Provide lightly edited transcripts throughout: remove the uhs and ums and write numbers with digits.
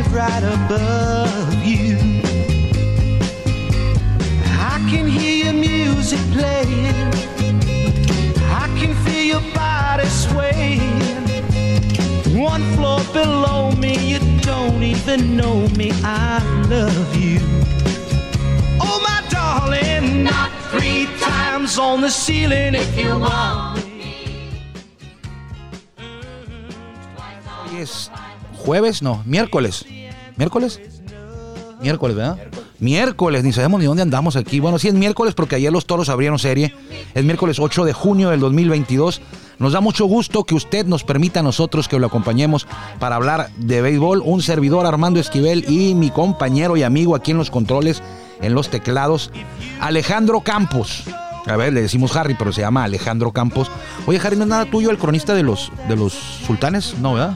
right above you. I can hear your music playing, I can feel your body swaying. One floor below me, you don't even know me, I love you. Oh my darling, not 3 times on the ceiling if you want me. Hoy es jueves, no, miércoles, ¿verdad? Miércoles, ni sabemos ni dónde andamos aquí. Bueno, sí es miércoles porque ayer los Toros abrieron serie. Es miércoles 8 de junio del 2022. Nos da mucho gusto que usted nos permita a nosotros que lo acompañemos para hablar de béisbol. Un servidor, Armando Esquivel, y mi compañero y amigo aquí en los controles, en los teclados, Alejandro Campos. A ver, le decimos Harry, pero se llama Alejandro Campos. Oye, Harry, ¿no es nada tuyo el cronista de los Sultanes? No, ¿verdad?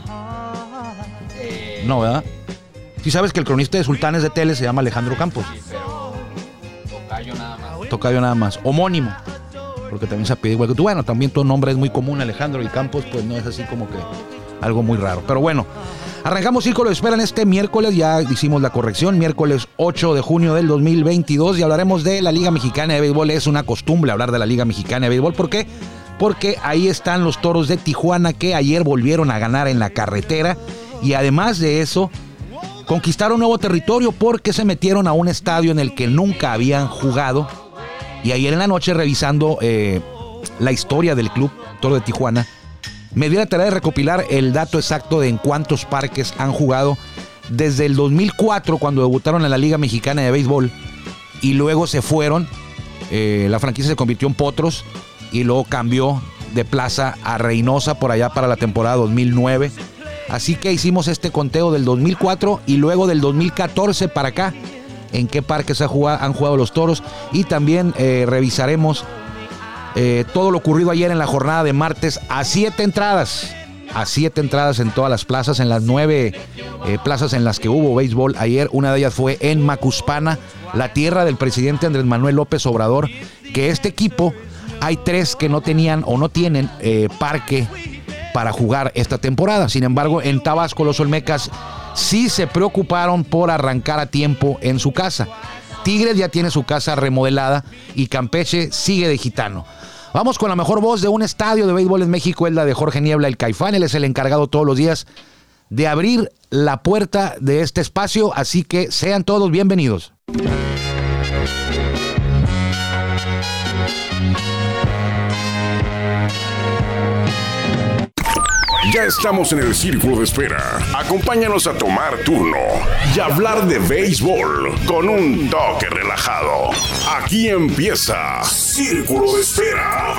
No, ¿verdad? Sí sabes que el cronista de Sultanes de tele se llama Alejandro Campos. Sí, pero tocayo nada más. Tocayo nada más. Homónimo. Porque también se pide igual que tú. Bueno, también tu nombre es muy común, Alejandro, y Campos, pues no es así como que algo muy raro. Pero bueno, arrancamos Círculo de Espera en este miércoles. Ya hicimos la corrección. Miércoles 8 de junio del 2022. Y hablaremos de la Liga Mexicana de Béisbol. Es una costumbre hablar de la Liga Mexicana de Béisbol. ¿Por qué? Porque ahí están los Toros de Tijuana, que ayer volvieron a ganar en la carretera. Y además de eso, conquistaron nuevo territorio porque se metieron a un estadio en el que nunca habían jugado. Y ayer en la noche, revisando la historia del club Toro de Tijuana, me di la tarea de recopilar el dato exacto de en cuántos parques han jugado desde el 2004, cuando debutaron en la Liga Mexicana de Béisbol, y luego se fueron. La franquicia se convirtió en Potros y luego cambió de plaza a Reynosa por allá para la temporada 2009. Así que hicimos este conteo del 2004 y luego del 2014 para acá, en qué parques han jugado los Toros. Y también revisaremos todo lo ocurrido ayer en la jornada de martes a 7 entradas. A 7 entradas en todas las plazas, en las 9 plazas en las que hubo béisbol ayer. Una de ellas fue en Macuspana, la tierra del presidente Andrés Manuel López Obrador, que este equipo, hay 3 que no tenían o no tienen parque para jugar esta temporada. Sin embargo, en Tabasco los Olmecas sí se preocuparon por arrancar a tiempo en su casa. Tigres ya tiene su casa remodelada y Campeche sigue de gitano. Vamos con la mejor voz de un estadio de béisbol en México, es la de Jorge Niebla, el Caifán. Él es el encargado todos los días de abrir la puerta de este espacio, así que sean todos bienvenidos. Ya estamos en el Círculo de Espera. Acompáñanos a tomar turno y hablar de béisbol con un toque relajado. Aquí empieza Círculo de Espera.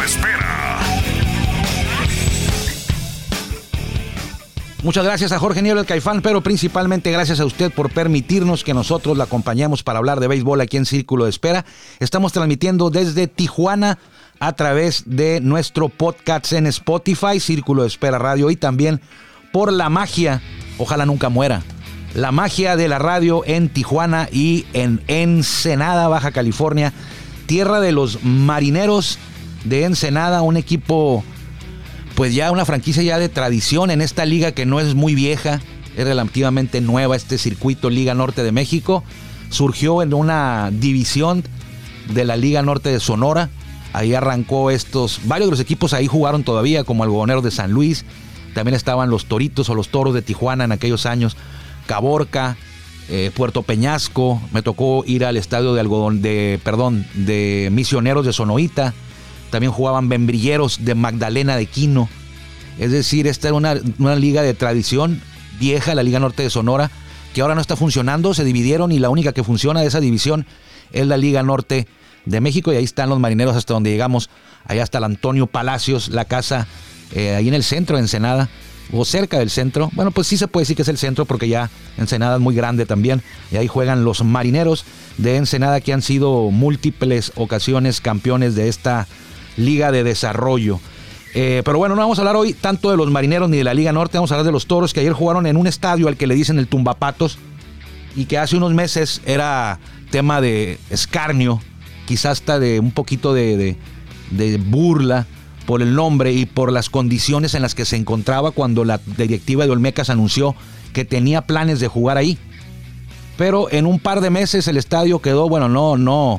Muchas gracias a Jorge Niebla, el Caifán, pero principalmente gracias a usted por permitirnos que nosotros la acompañemos para hablar de béisbol aquí en Círculo de Espera. Estamos transmitiendo desde Tijuana a través de nuestro podcast en Spotify, Círculo de Espera Radio, y también por la magia, ojalá nunca muera, la magia de la radio en Tijuana y en Ensenada, Baja California, tierra de los Marineros de Ensenada, un equipo, pues ya una franquicia ya de tradición en esta liga que no es muy vieja, es relativamente nueva. Este circuito Liga Norte de México surgió en una división de la Liga Norte de Sonora. Ahí arrancó varios de los equipos ahí jugaron todavía, como Algodoneros de San Luis. También estaban los Toritos o los Toros de Tijuana en aquellos años. Caborca, Puerto Peñasco. Me tocó ir al estadio de Misioneros de Sonoita. También jugaban Membrilleros de Magdalena de Quino. Es decir, esta era una liga de tradición vieja, la Liga Norte de Sonora, que ahora no está funcionando. Se dividieron y la única que funciona de esa división es la Liga Norte de México, y ahí están los Marineros hasta donde llegamos. Allá está el Antonio Palacios, la casa ahí en el centro de Ensenada, o cerca del centro. Bueno, pues sí se puede decir que es el centro, porque ya Ensenada es muy grande también, y ahí juegan los Marineros de Ensenada, que han sido múltiples ocasiones campeones de esta liga de desarrollo. Pero bueno, no vamos a hablar hoy tanto de los Marineros ni de la Liga Norte. Vamos a hablar de los Toros, que ayer jugaron en un estadio al que le dicen el Tumbapatos, y que hace unos meses era tema de escarnio, quizás hasta de un poquito de burla por el nombre y por las condiciones en las que se encontraba cuando la directiva de Olmecas anunció que tenía planes de jugar ahí. Pero en un par de meses el estadio quedó, bueno, no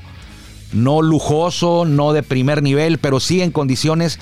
lujoso, no de primer nivel, pero sí en condiciones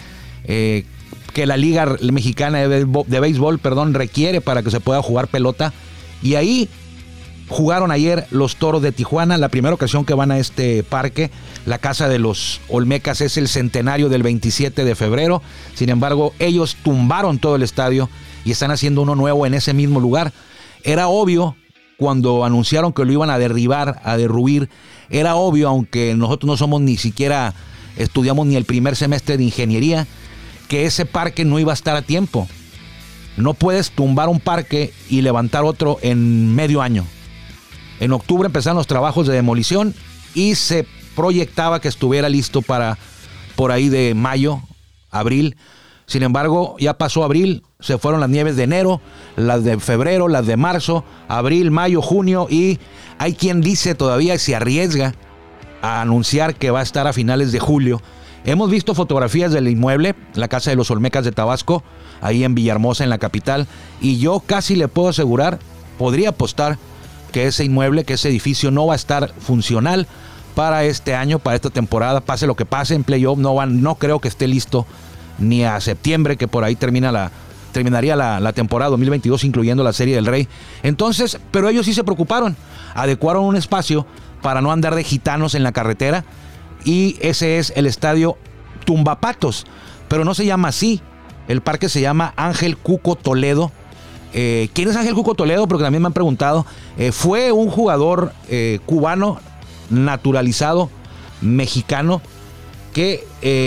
que la Liga Mexicana de Béisbol, requiere para que se pueda jugar pelota. Y ahí jugaron ayer los Toros de Tijuana, la primera ocasión que van a este parque. La casa de los Olmecas es el centenario del 27 de febrero. Sin embargo, ellos tumbaron todo el estadio y están haciendo uno nuevo en ese mismo lugar. Era obvio cuando anunciaron que lo iban a derribar, a derruir. Era obvio, aunque nosotros no somos ni siquiera, estudiamos ni el primer semestre de ingeniería, que ese parque no iba a estar a tiempo. No puedes tumbar un parque y levantar otro en medio año. En octubre empezaron los trabajos de demolición y se proyectaba que estuviera listo para por ahí de mayo, abril. Sin embargo, ya pasó abril, se fueron las nieves de enero, las de febrero, las de marzo, abril, mayo, junio, y hay quien dice todavía, se arriesga a anunciar que va a estar a finales de julio. Hemos visto fotografías del inmueble, la casa de los Olmecas de Tabasco, ahí en Villahermosa, en la capital, y yo casi le puedo asegurar, podría apostar que ese inmueble, que ese edificio no va a estar funcional para este año, para esta temporada, pase lo que pase en playoff, no creo que esté listo ni a septiembre, que por ahí terminaría la temporada 2022, incluyendo la Serie del Rey. Entonces, pero ellos sí se preocuparon, adecuaron un espacio para no andar de gitanos en la carretera, y ese es el estadio Tumbapatos, pero no se llama así. El parque se llama Ángel Cuco Toledo. ¿Quién es Ángel Cuco Toledo? Porque también me han preguntado. Fue un jugador cubano naturalizado mexicano que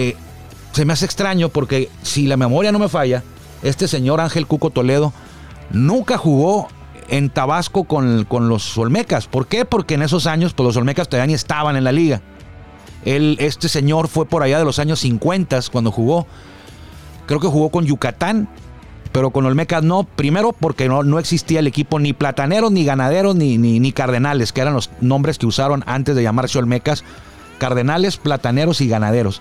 se me hace extraño porque si la memoria no me falla, este señor Ángel Cuco Toledo nunca jugó en Tabasco con los Olmecas. ¿Por qué? Porque en esos años pues, los Olmecas todavía ni estaban en la liga. Este señor fue por allá de los años 50 cuando jugó. Creo que jugó con Yucatán, pero con Olmecas no. Primero porque no existía el equipo ni Plataneros, ni Ganaderos, ni Cardenales, que eran los nombres que usaron antes de llamarse Olmecas. Cardenales, Plataneros y Ganaderos.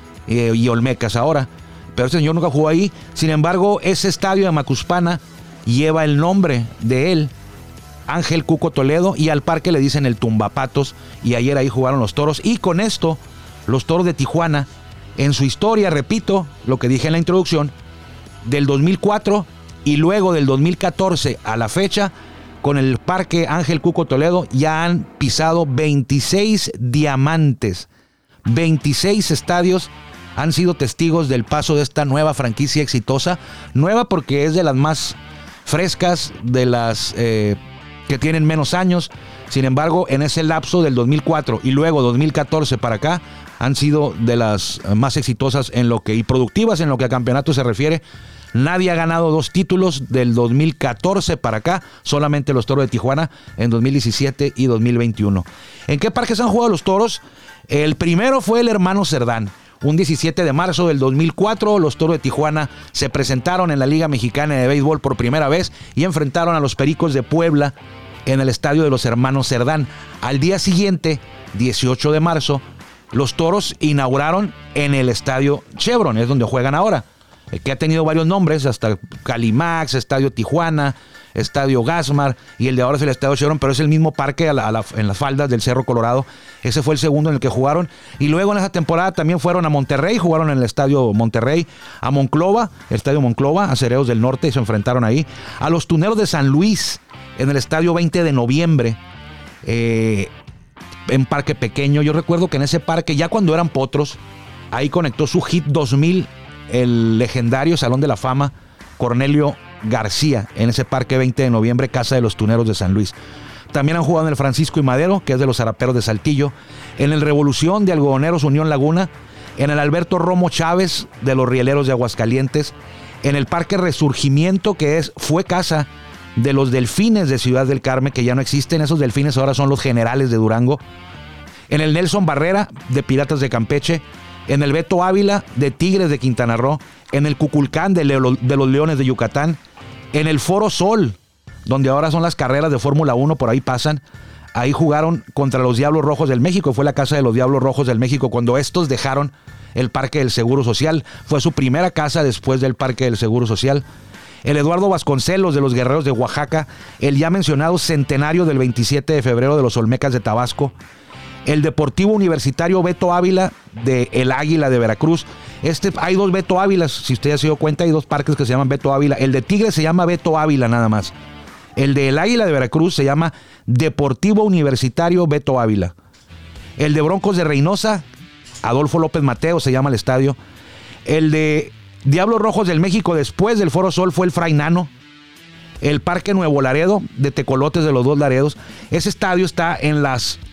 Y Olmecas ahora. Pero este señor nunca jugó ahí. Sin embargo, ese estadio de Macuspana lleva el nombre de él, Ángel Cuco Toledo, y al parque le dicen el Tumbapatos, y ayer ahí jugaron los Toros. Y con esto, los Toros de Tijuana, en su historia, repito lo que dije en la introducción, del 2004 y luego del 2014 a la fecha, con el parque Ángel Cuco Toledo ya han pisado 26 diamantes. 26 estadios han sido testigos del paso de esta nueva franquicia exitosa. Nueva porque es de las más frescas, de las que tienen menos años. Sin embargo, en ese lapso del 2004 y luego 2014 para acá, han sido de las más exitosas y productivas en lo que a campeonato se refiere. Nadie ha ganado 2 títulos del 2014 para acá, solamente los Toros de Tijuana en 2017 y 2021. ¿En qué parques han jugado los Toros? El primero fue el Hermano Cerdán. Un 17 de marzo del 2004, los Toros de Tijuana se presentaron en la Liga Mexicana de Béisbol por primera vez y enfrentaron a los Pericos de Puebla en el estadio de los Hermanos Cerdán. Al día siguiente, 18 de marzo, los Toros inauguraron en el estadio Chevron, es donde juegan ahora, que ha tenido varios nombres, hasta Calimax, Estadio Tijuana, Estadio Gasmar, y el de ahora es el Estadio Chevron, pero es el mismo parque en las faldas del Cerro Colorado. Ese fue el segundo en el que jugaron. Y luego en esa temporada también fueron a Monterrey, jugaron en el Estadio Monterrey, a Monclova, el Estadio Monclova, a Cereos del Norte, y se enfrentaron ahí. A los Tuneros de San Luis, en el Estadio 20 de Noviembre, en Parque Pequeño. Yo recuerdo que en ese parque, ya cuando eran potros, ahí conectó su hit 2000, el legendario Salón de la Fama, Cornelio García, en ese Parque 20 de Noviembre, casa de los Tuneros de San Luis. También han jugado en el Francisco y Madero, que es de los Zaraperos de Saltillo, en el Revolución de Algodoneros Unión Laguna, en el Alberto Romo Chávez de los Rieleros de Aguascalientes, en el Parque Resurgimiento, que fue casa de los Delfines de Ciudad del Carmen, que ya no existen. Esos Delfines ahora son los Generales de Durango. En el Nelson Barrera de Piratas de Campeche, en el Beto Ávila de Tigres de Quintana Roo, en el Cuculcán de los Leones de Yucatán, en el Foro Sol, donde ahora son las carreras de Fórmula 1, por ahí pasan. Ahí jugaron contra los Diablos Rojos del México, fue la casa de los Diablos Rojos del México cuando estos dejaron el Parque del Seguro Social. Fue su primera casa después del Parque del Seguro Social. el Eduardo Vasconcelos de los Guerreros de Oaxaca, el ya mencionado centenario del 27 de febrero de los Olmecas de Tabasco, el Deportivo Universitario Beto Ávila de El Águila de Veracruz. Hay 2 Beto Ávilas, si usted ya se dio cuenta, hay 2 parques que se llaman Beto Ávila. El de Tigres se llama Beto Ávila nada más. El de El Águila de Veracruz se llama Deportivo Universitario Beto Ávila. El de Broncos de Reynosa, Adolfo López Mateo se llama el estadio. El de Diablos Rojos del México después del Foro Sol fue el Fray Nano. El Parque Nuevo Laredo de Tecolotes de los Dos Laredos. Ese estadio está en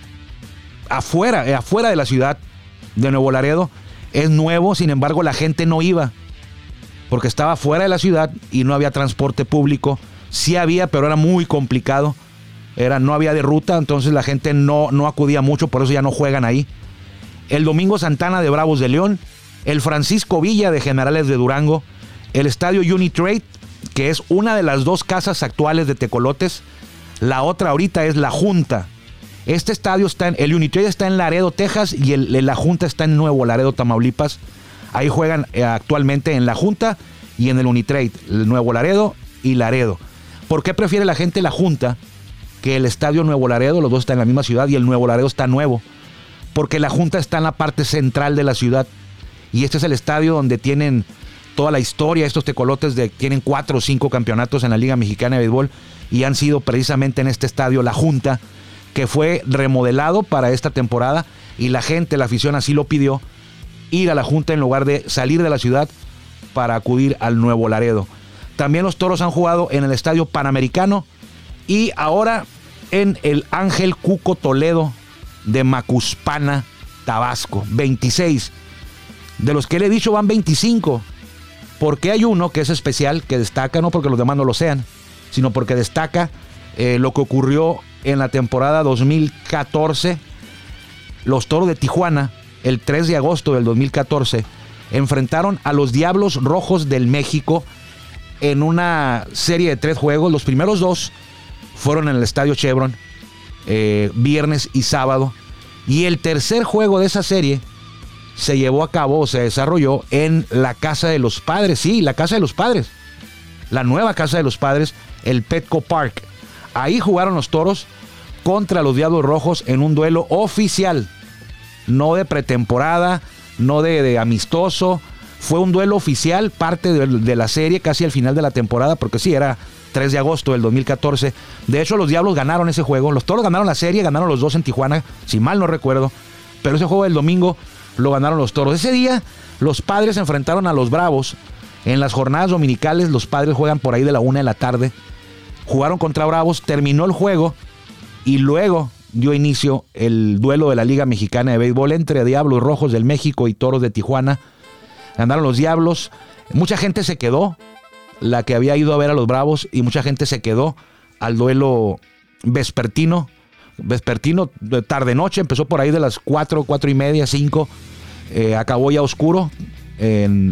afuera de la ciudad de Nuevo Laredo. Es nuevo, sin embargo la gente no iba porque estaba fuera de la ciudad y no había transporte público. Sí había, pero era muy complicado. No había de ruta, entonces la gente no acudía mucho, por eso ya no juegan ahí. El Domingo Santana de Bravos de León, el Francisco Villa de Generales de Durango, el Estadio Unitrade, que es una de las 2 casas actuales de Tecolotes. La otra ahorita es La Junta. Este estadio el Unitrade está en Laredo, Texas, y la Junta está en Nuevo Laredo, Tamaulipas. Ahí juegan actualmente en La Junta y en el Unitrade, el Nuevo Laredo y Laredo. ¿Por qué prefiere la gente La Junta que el Estadio Nuevo Laredo? Los dos están en la misma ciudad y el Nuevo Laredo está nuevo. Porque La Junta está en la parte central de la ciudad. Y este es el estadio donde tienen toda la historia. Estos Tecolotes tienen 4 o 5 campeonatos en la Liga Mexicana de Béisbol. Y han sido precisamente en este estadio La Junta, que fue remodelado para esta temporada. Y la gente, la afición así lo pidió, ir a La Junta en lugar de salir de la ciudad para acudir al Nuevo Laredo. También los Toros han jugado en el Estadio Panamericano y ahora en el Ángel Cuco Toledo de Macuspana, Tabasco. 26. De los que le he dicho van 25. Porque hay uno que es especial, que destaca, no porque los demás no lo sean, sino porque destaca lo que ocurrió en la temporada 2014. Los Toros de Tijuana, el 3 de agosto del 2014, enfrentaron a los Diablos Rojos del México en una serie de 3 juegos. Los primeros 2 fueron en el Estadio Chevron, viernes y sábado. Y el tercer juego de esa serie se llevó a cabo, o se desarrolló en la Casa de los Padres. Sí, la Casa de los Padres. La nueva Casa de los Padres, el Petco Park. Ahí jugaron los Toros contra los Diablos Rojos en un duelo oficial. No de pretemporada, no de amistoso. Fue un duelo oficial, parte de la serie, casi al final de la temporada, porque sí, era 3 de agosto del 2014. De hecho, los Diablos ganaron ese juego. Los Toros ganaron la serie, ganaron los 2 en Tijuana, si mal no recuerdo. Pero ese juego del domingo lo ganaron los Toros. Ese día, los Padres se enfrentaron a los Bravos. En las jornadas dominicales, los Padres juegan por ahí de la 1 de la tarde. Jugaron contra Bravos, terminó el juego y luego dio inicio el duelo de la Liga Mexicana de Béisbol entre Diablos Rojos del México y Toros de Tijuana. Ganaron los Diablos. Mucha gente se quedó, la que había ido a ver a los Bravos, y mucha gente se quedó al duelo vespertino, tarde-noche. Empezó por ahí de las 4:30, 5. Acabó ya oscuro en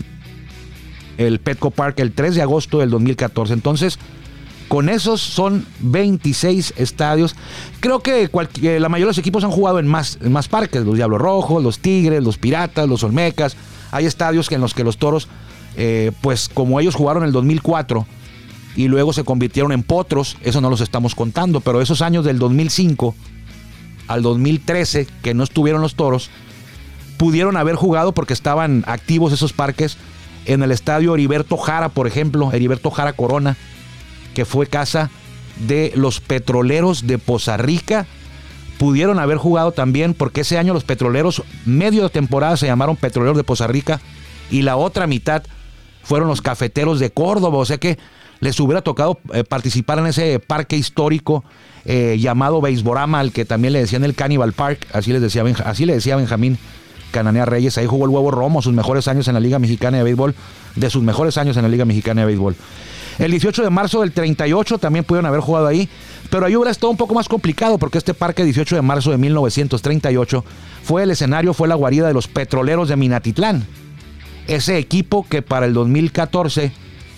el Petco Park el 3 de agosto del 2014. Entonces, con esos son 26 estadios. Creo que la mayoría de los equipos han jugado en más parques. Los Diablos Rojos, los Tigres, los Piratas, los Olmecas. Hay estadios en los que los Toros, pues como ellos jugaron en el 2004 y luego se convirtieron en potros, eso no los estamos contando. Pero esos años del 2005 al 2013 que no estuvieron los Toros, pudieron haber jugado porque estaban activos esos parques en el estadio Heriberto Jara, por ejemplo, Heriberto Jara Corona, que fue casa de los Petroleros de Poza Rica. Pudieron haber jugado también porque ese año los Petroleros, medio de temporada, se llamaron Petroleros de Poza Rica y la otra mitad fueron los Cafeteros de Córdoba. O sea que les hubiera tocado participar en ese parque histórico llamado Beisborama, al que también le decían el Cannibal Park, así le decía Benjamín Cananea Reyes. Ahí jugó el Huevo Romo sus mejores años en la Liga Mexicana de Béisbol, de sus mejores años en la Liga Mexicana de Béisbol. El 18 de marzo del 38 también pudieron haber jugado ahí, pero ahí hubiera estado un poco más complicado porque este parque 18 de marzo de 1938 fue el escenario, fue la guarida de los Petroleros de Minatitlán. Ese equipo que para el 2013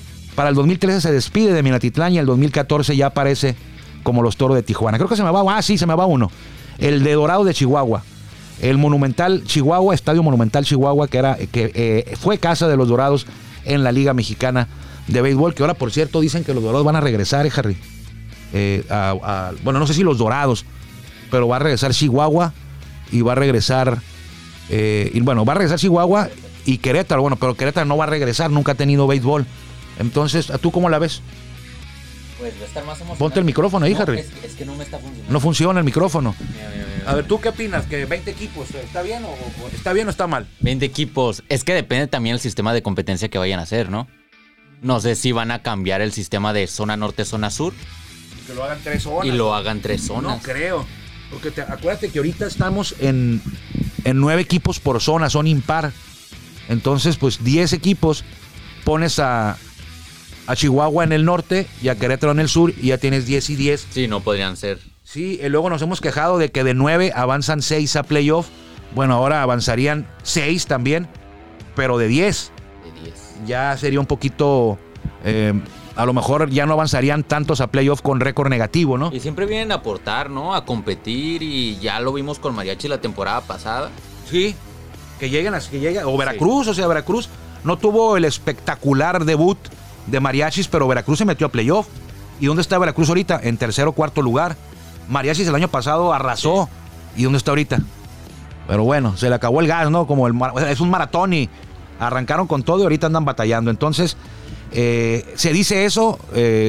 se despide de Minatitlán y el 2014 ya aparece como los Toros de Tijuana. Creo que se me va uno. El de Dorado de Chihuahua. El Monumental Chihuahua, Estadio Monumental Chihuahua, que fue casa de los Dorados en la Liga Mexicana de béisbol, que ahora, por cierto, dicen que los Dorados van a regresar, Harry. Bueno, no sé si los Dorados, pero va a regresar Chihuahua y va a regresar... va a regresar Chihuahua y Querétaro. Bueno, pero Querétaro no va a regresar, nunca ha tenido béisbol. Entonces, ¿tú cómo la ves? Pues va a estar más emocionante. Ponte el micrófono ahí, Harry. Es que no me está funcionando. No funciona el micrófono. Mira. A ver, ¿tú qué opinas? ¿Que 20 equipos está bien o está mal? 20 equipos. Es que depende también del sistema de competencia que vayan a hacer, ¿no? No sé si van a cambiar el sistema de zona norte, zona sur. Que lo hagan 3 zonas. Y lo hagan 3 zonas. No creo. Porque acuérdate que ahorita estamos en 9 equipos por zona, son impar. Entonces, pues 10 equipos, pones a Chihuahua en el norte y a Querétaro en el sur y ya tienes 10 y 10. Sí, no podrían ser. Sí, y luego nos hemos quejado de que de 9 avanzan 6 a playoff. Bueno, ahora avanzarían 6 también, pero de 10. De 10. Ya sería un poquito... a lo mejor ya no avanzarían tantos a playoff con récord negativo, ¿no? Y siempre vienen a aportar, ¿no? A competir, y ya lo vimos con Mariachi la temporada pasada. Sí, que lleguen. O Veracruz, sí. O sea, Veracruz no tuvo el espectacular debut de Mariachis, pero Veracruz se metió a playoff. ¿Y dónde está Veracruz ahorita? En tercer o cuarto lugar. Mariachis el año pasado arrasó. ¿Y dónde está ahorita? Pero bueno, se le acabó el gas, ¿no? Es un maratón y arrancaron con todo y ahorita andan batallando. Entonces... se dice eso,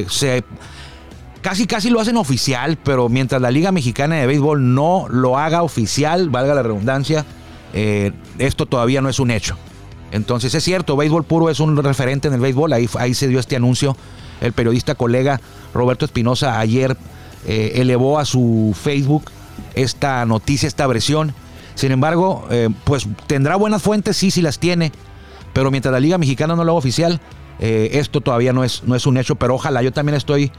casi lo hacen oficial, pero mientras la Liga Mexicana de Béisbol no lo haga oficial, valga la redundancia, esto todavía no es un hecho. Entonces es cierto, Béisbol Puro es un referente en el béisbol, ahí se dio este anuncio. El periodista colega Roberto Espinosa ayer elevó a su Facebook esta noticia, esta versión. Sin embargo, pues tendrá buenas fuentes, sí las tiene, pero mientras la Liga Mexicana no lo haga oficial, esto todavía no es un hecho, pero ojalá. Yo también estoy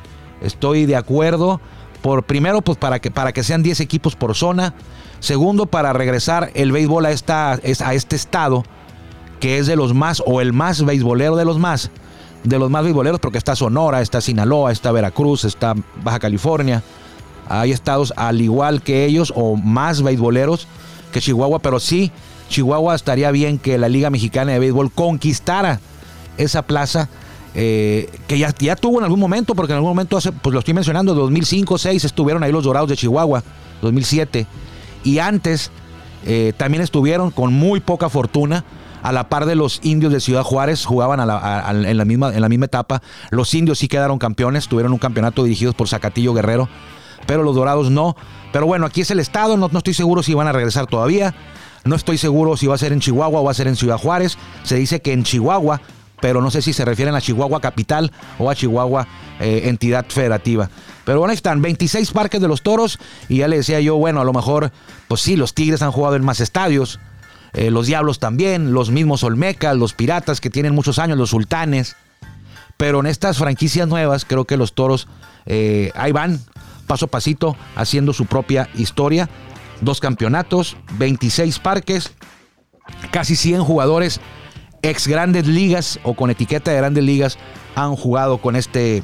de acuerdo. Primero, pues para que sean 10 equipos por zona. Segundo, para regresar el béisbol a este estado, que es de los más, o el más beisbolero de los más beisboleros, porque está Sonora, está Sinaloa, está Veracruz, está Baja California. Hay estados al igual que ellos, o más beisboleros que Chihuahua, pero sí, Chihuahua estaría bien que la Liga Mexicana de Béisbol conquistara esa plaza, que ya tuvo en algún momento, porque en algún momento, pues lo estoy mencionando, 2005, 2006 estuvieron ahí los Dorados de Chihuahua, 2007, y antes también estuvieron con muy poca fortuna, a la par de los Indios de Ciudad Juárez, jugaban en la misma etapa. Los Indios sí quedaron campeones, tuvieron un campeonato dirigidos por Zacatillo Guerrero, pero los Dorados no. Pero bueno, aquí es el estado, no estoy seguro si van a regresar todavía, no estoy seguro si va a ser en Chihuahua o va a ser en Ciudad Juárez. Se dice que en Chihuahua, pero no sé si se refieren a Chihuahua Capital o a Chihuahua entidad federativa. Pero bueno, ahí están, 26 parques de los Toros, y ya le decía yo, bueno, a lo mejor, pues sí, los Tigres han jugado en más estadios, los Diablos también, los mismos Olmecas, los Piratas que tienen muchos años, los Sultanes, pero en estas franquicias nuevas creo que los Toros ahí van, paso a pasito, haciendo su propia historia. 2 campeonatos, 26 parques, casi 100 jugadores ex grandes ligas o con etiqueta de grandes ligas han jugado con este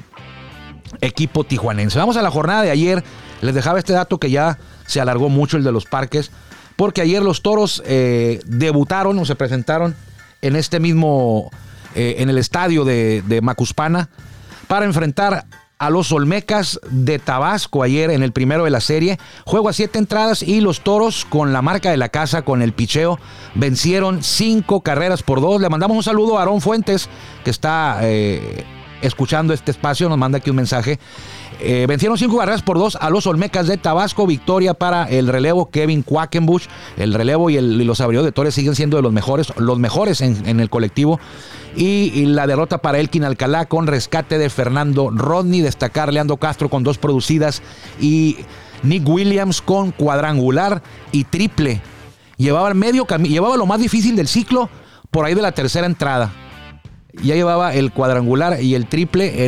equipo tijuanense. Vamos a la jornada de ayer. Les dejaba este dato que ya se alargó mucho, el de los parques, porque ayer los Toros debutaron o se presentaron en este mismo, en el estadio de Macuspana, para enfrentar a los Olmecas de Tabasco ayer en el primero de la serie. Juego a 7 entradas y los Toros, con la marca de la casa, con el picheo, vencieron 5 carreras por 2. Le mandamos un saludo a Aarón Fuentes, que está escuchando este espacio, nos manda aquí un mensaje. Vencieron 5 carreras por 2 a los Olmecas de Tabasco. Victoria para el relevo Kevin Quackenbush. El relevo y los abridores de Torres siguen siendo de los mejores en el colectivo. Y la derrota para Elkin Alcalá con rescate de Fernando Rodney. Destacar Leandro Castro con 2 producidas y Nick Williams con cuadrangular y triple. Llevaba lo más difícil del ciclo por ahí de la tercera entrada. Ya llevaba el cuadrangular y el triple,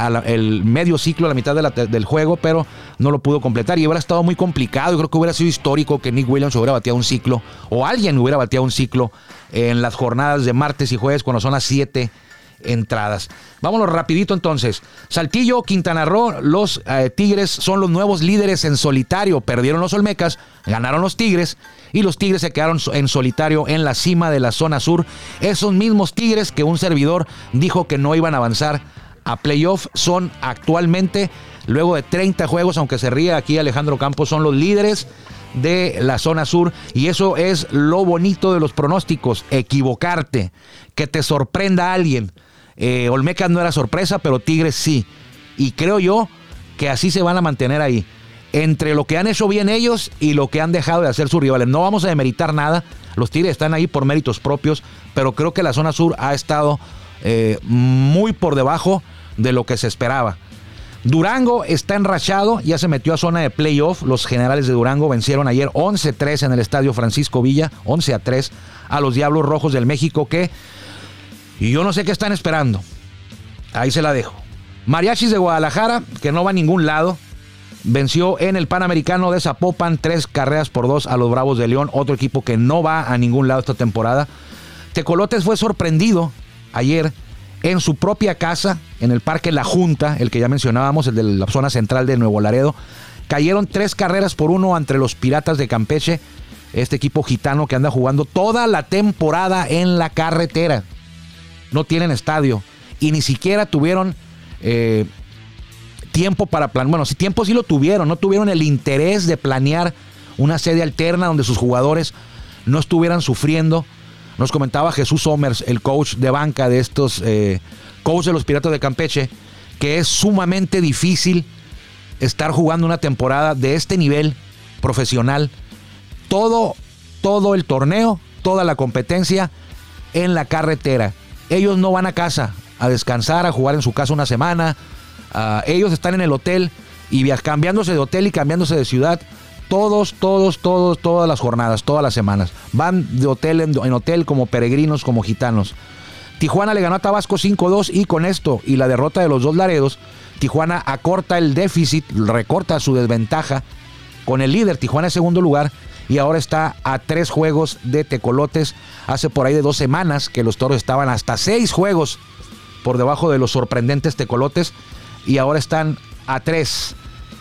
el medio ciclo, la mitad del juego, pero no lo pudo completar y hubiera estado muy complicado. Yo creo que hubiera sido histórico que Nick Williams hubiera bateado un ciclo, o alguien hubiera bateado un ciclo en las jornadas de martes y jueves, cuando son las 7 entradas. Vámonos rapidito entonces. Saltillo, Quintana Roo, los Tigres son los nuevos líderes en solitario. Perdieron los Olmecas, ganaron los Tigres y los Tigres se quedaron en solitario en la cima de la zona sur. Esos mismos Tigres que un servidor dijo que no iban a avanzar a playoff son actualmente, luego de 30 juegos, aunque se ríe aquí Alejandro Campos, son los líderes de la zona sur, y eso es lo bonito de los pronósticos, equivocarte, que te sorprenda alguien. Olmecas no era sorpresa, pero Tigres sí, y creo yo que así se van a mantener ahí, entre lo que han hecho bien ellos y lo que han dejado de hacer sus rivales. No vamos a demeritar nada, los Tigres están ahí por méritos propios, pero creo que la zona sur ha estado muy por debajo de lo que se esperaba. Durango está enrachado, ya se metió a zona de playoff. Los Generales de Durango vencieron ayer 11-3 en el estadio Francisco Villa, 11-3 a los Diablos Rojos del México, que yo no sé qué están esperando. Ahí se la dejo. Mariachis de Guadalajara, que no va a ningún lado, venció en el Panamericano de Zapopan 3-2 a los Bravos de León, otro equipo que no va a ningún lado esta temporada. Tecolotes fue sorprendido ayer en su propia casa, en el Parque La Junta, el que ya mencionábamos, el de la zona central de Nuevo Laredo. Cayeron 3-1 ante los Piratas de Campeche, este equipo gitano que anda jugando toda la temporada en la carretera. No tienen estadio y ni siquiera tuvieron tiempo para planear. Bueno, sí, tiempo sí lo tuvieron, no tuvieron el interés de planear una sede alterna donde sus jugadores no estuvieran sufriendo. Nos comentaba Jesús Somers, el coach de banca de estos coach de los Piratas de Campeche, que es sumamente difícil estar jugando una temporada de este nivel profesional. Todo el torneo, toda la competencia en la carretera. Ellos no van a casa a descansar, a jugar en su casa una semana. Ellos están en el hotel y cambiándose de hotel y cambiándose de ciudad. Todas las jornadas, todas las semanas. Van de hotel en hotel como peregrinos, como gitanos. Tijuana le ganó a Tabasco 5-2 y con esto y la derrota de los dos Laredos, Tijuana acorta el déficit, recorta su desventaja con el líder. Tijuana en segundo lugar y ahora está a 3 juegos de Tecolotes. Hace por ahí de 2 semanas que los Toros estaban hasta 6 juegos por debajo de los sorprendentes Tecolotes y ahora están a 3.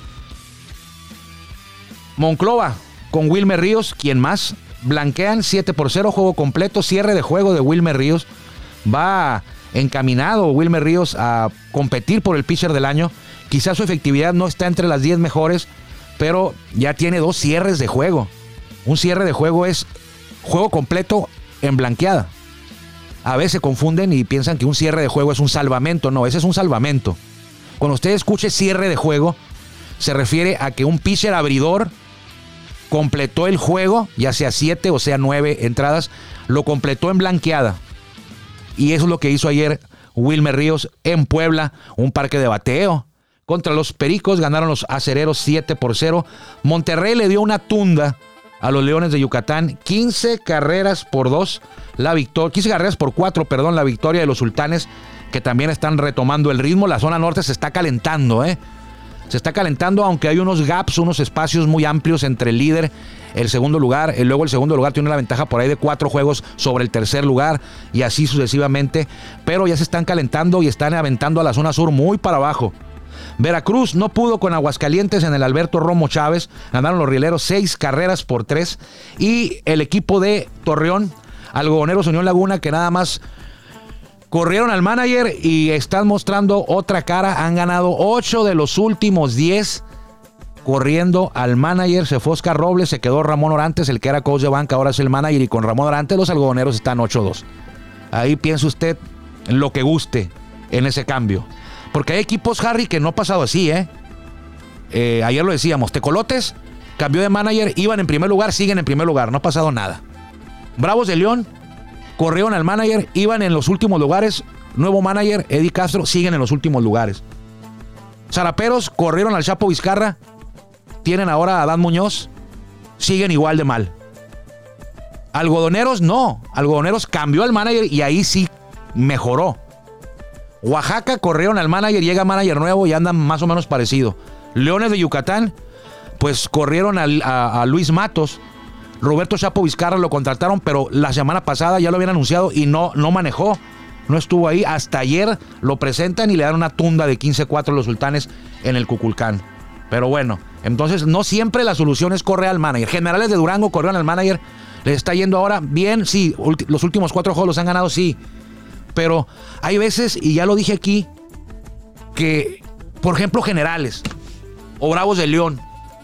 Monclova con Wilmer Ríos, ¿quién más? Blanquean 7-0, juego completo, cierre de juego de Wilmer Ríos. Va encaminado Wilmer Ríos a competir por el pitcher del año. Quizás su efectividad no está entre las 10 mejores, pero ya tiene 2 cierres de juego. Un cierre de juego es juego completo en blanqueada. A veces se confunden y piensan que un cierre de juego es un salvamento. No, ese es un salvamento. Cuando usted escuche cierre de juego, se refiere a que un pitcher abridor completó el juego, ya sea 7 o sea 9 entradas, lo completó en blanqueada. Y eso es lo que hizo ayer Wilmer Ríos en Puebla, un parque de bateo. Contra los Pericos ganaron los Acereros 7-0. Monterrey le dio una tunda a los Leones de Yucatán, 15 carreras por 4, la victoria de los Sultanes, que también están retomando el ritmo. La zona norte se está calentando, Se está calentando, aunque hay unos gaps, unos espacios muy amplios entre el líder, el segundo lugar. Luego el segundo lugar tiene una ventaja por ahí de 4 juegos sobre el tercer lugar y así sucesivamente. Pero ya se están calentando y están aventando a la zona sur muy para abajo. Veracruz no pudo con Aguascalientes en el Alberto Romo Chávez. Ganaron los Rieleros 6-3. Y el equipo de Torreón, Algodoneros Unión Laguna, que nada más corrieron al manager y están mostrando otra cara. Han ganado 8 de los últimos 10 corriendo al manager. Se fue Oscar Robles, se quedó Ramón Orantes, el que era coach de banca, ahora es el manager. Y con Ramón Orantes los algodoneros están 8-2. Ahí piensa usted lo que guste en ese cambio. Porque hay equipos, Harry, que no ha pasado así, ayer lo decíamos, Tecolotes cambió de manager, iban en primer lugar, siguen en primer lugar, no ha pasado nada. Bravos de León corrieron al manager, iban en los últimos lugares. Nuevo manager, Eddie Castro, siguen en los últimos lugares. Zaraperos corrieron al Chapo Vizcarra, tienen ahora a Adán Muñoz, siguen igual de mal. Algodoneros no, Algodoneros cambió al manager y ahí sí mejoró. Oaxaca corrieron al manager, llega manager nuevo y andan más o menos parecido. Leones de Yucatán, pues corrieron a Luis Matos. Roberto Chapo Vizcarra lo contrataron, pero la semana pasada ya lo habían anunciado y no manejó. no estuvo ahí. Hasta ayer lo presentan y le dan una tunda de 15-4 a los Sultanes en el Cuculcán. Pero bueno, entonces no siempre la solución es correr al manager. Generales de Durango corrieron al manager. Les está yendo ahora bien, sí. Los últimos 4 juegos los han ganado, sí. Pero hay veces, y ya lo dije aquí, que, por ejemplo, Generales o Bravos de León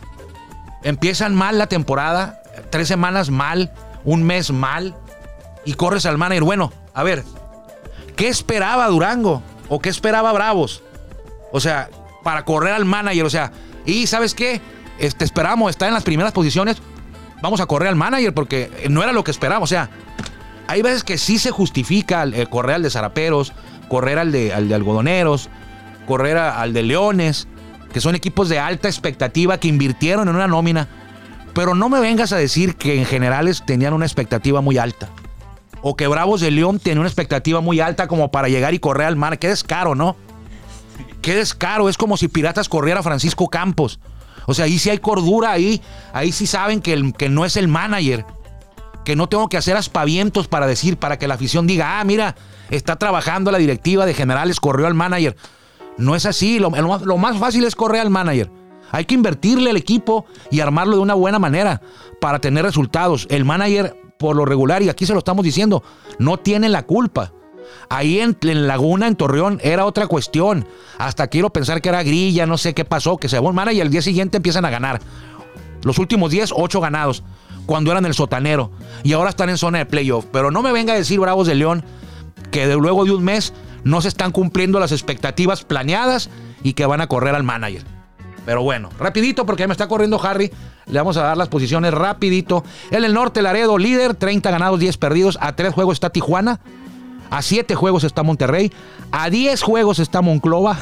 empiezan mal la temporada, 3 semanas mal, un mes mal, y corres al manager. Bueno, a ver, ¿qué esperaba Durango? ¿O qué esperaba Bravos? O sea, para correr al manager, o sea, y ¿sabes qué? Esperamos estar en las primeras posiciones, vamos a correr al manager, porque no era lo que esperábamos. O sea, hay veces que sí se justifica correr al de Zaraperos, correr al de Algodoneros, correr al de Leones, que son equipos de alta expectativa que invirtieron en una nómina. Pero no me vengas a decir que en Generales tenían una expectativa muy alta, o que Bravos de León tenían una expectativa muy alta como para llegar y correr al manager. Qué descaro, ¿no? Qué descaro. Es como si Piratas corriera a Francisco Campos. O sea, ahí sí hay cordura, ahí sí saben que no es el manager, que no tengo que hacer aspavientos para que la afición diga, mira, está trabajando la directiva de Generales, corrió al manager. No es así. Lo más fácil es correr al manager. Hay que invertirle al equipo y armarlo de una buena manera para tener resultados. El manager, por lo regular, y aquí se lo estamos diciendo, no tiene la culpa. Ahí en Laguna, en Torreón, era otra cuestión. Hasta quiero pensar que era grilla, no sé qué pasó, que se llevó el manager y al día siguiente empiezan a ganar. Los últimos 10, 8 ganados, cuando eran el sotanero. Y ahora están en zona de playoff. Pero no me venga a decir, Bravos de León, que luego de un mes no se están cumpliendo las expectativas planeadas y que van a correr al manager. Pero bueno, rapidito, porque ya me está corriendo Harry. Le vamos a dar las posiciones rapidito. En el norte, Laredo, líder, 30 ganados, 10 perdidos. A 3 juegos está Tijuana. A 7 juegos está Monterrey. A 10 juegos está Monclova.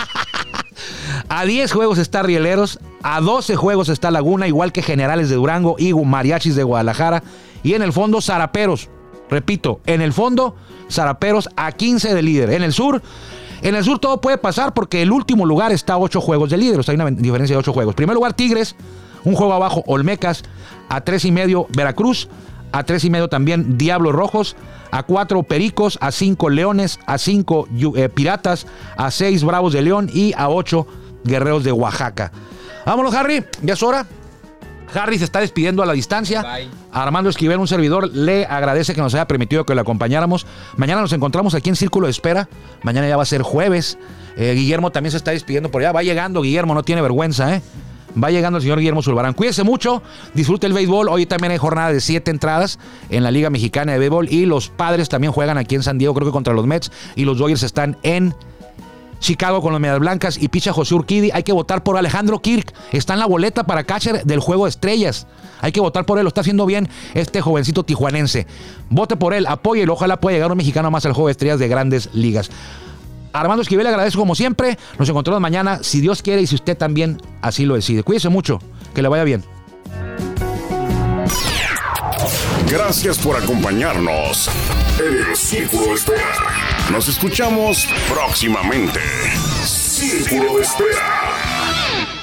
A 10 juegos está Rieleros. A 12 juegos está Laguna, igual que Generales de Durango y Mariachis de Guadalajara. Y en el fondo, Zaraperos. Repito, en el fondo, Zaraperos a 15 de líder. En el sur todo puede pasar porque el último lugar está a 8 juegos de líder. O sea, hay una diferencia de 8 juegos. Primer lugar, Tigres. Un juego abajo, Olmecas. A 3.5, Veracruz. A 3.5 también, Diablos Rojos. A 4, Pericos. A 5, Leones. A 5, Piratas. A 6, Bravos de León. Y a 8, Guerreros de Oaxaca. Vámonos, Harry. Ya es hora. Harry se está despidiendo a la distancia. Bye. Armando Esquivel, un servidor, le agradece que nos haya permitido que lo acompañáramos. Mañana nos encontramos aquí en Círculo de Espera. Mañana ya va a ser jueves. Guillermo también se está despidiendo por allá. Va llegando Guillermo, no tiene vergüenza, ¿eh? Va llegando el señor Guillermo Zulbarán. Cuídese mucho, disfrute el béisbol. Hoy también hay jornada de 7 entradas en la Liga Mexicana de Béisbol. Y los Padres también juegan aquí en San Diego, creo que contra los Mets. Y los Dodgers están en Chicago con los Medias Blancas y picha José Urquidi. Hay que votar por Alejandro Kirk. Está en la boleta para catcher del Juego de Estrellas. Hay que votar por él. Lo está haciendo bien este jovencito tijuanense. Vote por él, apóyelo. Ojalá pueda llegar un mexicano más al Juego de Estrellas de Grandes Ligas. Armando Esquivel, le agradezco como siempre. Nos encontramos mañana, si Dios quiere y si usted también así lo decide. Cuídese mucho. Que le vaya bien. Gracias por acompañarnos en el Círculo de Espera. Nos escuchamos próximamente. Círculo de Espera.